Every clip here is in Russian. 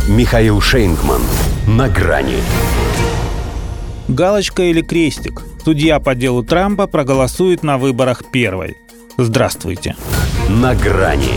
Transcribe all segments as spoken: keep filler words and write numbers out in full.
Михаил Шейнгман. На грани. Галочка или крестик? Судья по делу Трампа проголосует на выборах первой. Здравствуйте. На грани.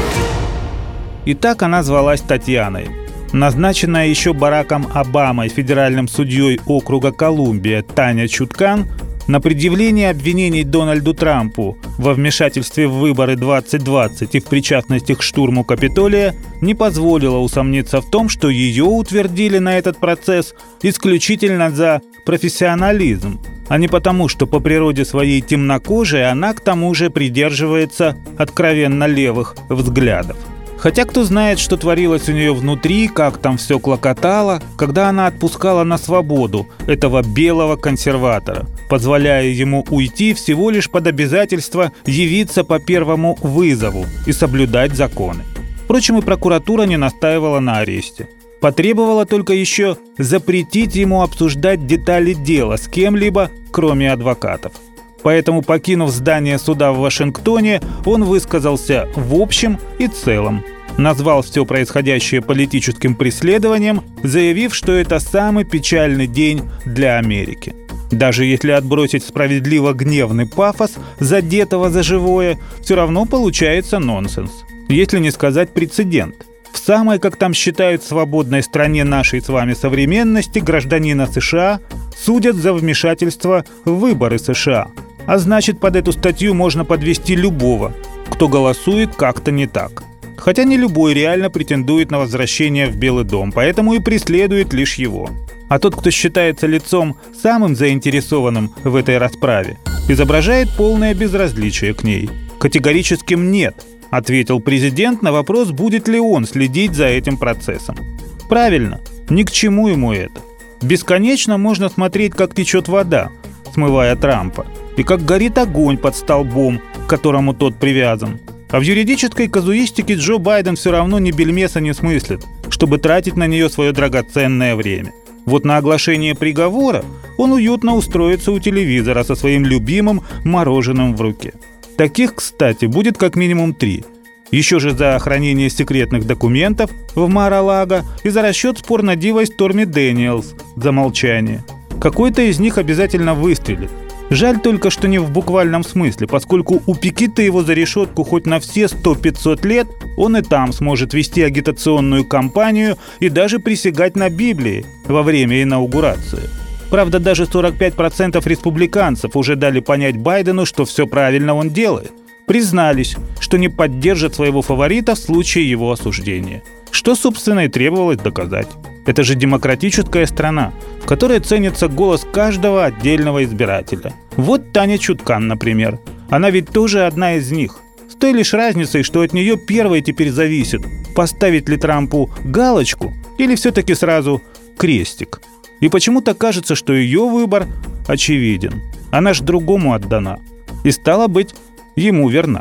Итак, она звалась Татьяной. Назначенная еще Бараком Обамой федеральным судьей округа Колумбия Таня Чуткан на предъявление обвинений Дональду Трампу во вмешательстве в выборы двадцать двадцать и в причастности к штурму Капитолия не позволила усомниться в том, что ее утвердили на этот процесс исключительно за профессионализм, а не потому, что по природе своей темнокожей она к тому же придерживается откровенно левых взглядов. Хотя кто знает, что творилось у нее внутри, как там все клокотало, когда она отпускала на свободу этого белого консерватора, позволяя ему уйти всего лишь под обязательство явиться по первому вызову и соблюдать законы. Впрочем, и прокуратура не настаивала на аресте. Потребовала только еще запретить ему обсуждать детали дела с кем-либо, кроме адвокатов. Поэтому, покинув здание суда в Вашингтоне, он высказался в общем и целом. Назвал все происходящее политическим преследованием, заявив, что это самый печальный день для Америки. Даже если отбросить справедливо гневный пафос задетого за живое, все равно получается нонсенс. Если не сказать прецедент. В самой, как там считают, свободной стране нашей с вами современности гражданина США судят за вмешательство в выборы США. А значит, под эту статью можно подвести любого, кто голосует как-то не так. Хотя не любой реально претендует на возвращение в Белый дом, поэтому и преследует лишь его. А тот, кто считается лицом самым заинтересованным в этой расправе, изображает полное безразличие к ней. Категорическим «нет», ответил президент на вопрос, будет ли он следить за этим процессом. Правильно, ни к чему ему это. Бесконечно можно смотреть, как течет вода, смывая Трампа, и как горит огонь под столбом, к которому тот привязан. А в юридической казуистике Джо Байден все равно ни бельмеса не смыслит, чтобы тратить на нее свое драгоценное время. Вот на оглашение приговора он уютно устроится у телевизора со своим любимым мороженым в руке. Таких, кстати, будет как минимум три. Еще же за хранение секретных документов в Мар-а-Лаго и за расчет с порнодивой Сторми Дэниелс за молчание. Какой-то из них обязательно выстрелит. Жаль только, что не в буквальном смысле, поскольку упеки-то его за решетку хоть на все сто-пятьсот лет, он и там сможет вести агитационную кампанию и даже присягать на Библии во время инаугурации. Правда, даже сорок пять процентов республиканцев уже дали понять Байдену, что все правильно он делает. Признались, что не поддержат своего фаворита в случае его осуждения. Что, собственно, и требовалось доказать. Это же демократическая страна, в которой ценится голос каждого отдельного избирателя. Вот Таня Чуткан, например. Она ведь тоже одна из них. С той лишь разницей, что от нее первой теперь зависит, поставить ли Трампу галочку или все-таки сразу крестик. И почему-то кажется, что ее выбор очевиден. Она ж другому отдана. И стало быть, ему верна.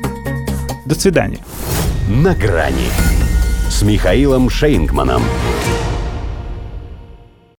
До свидания. На грани с Михаилом Шейнгманом.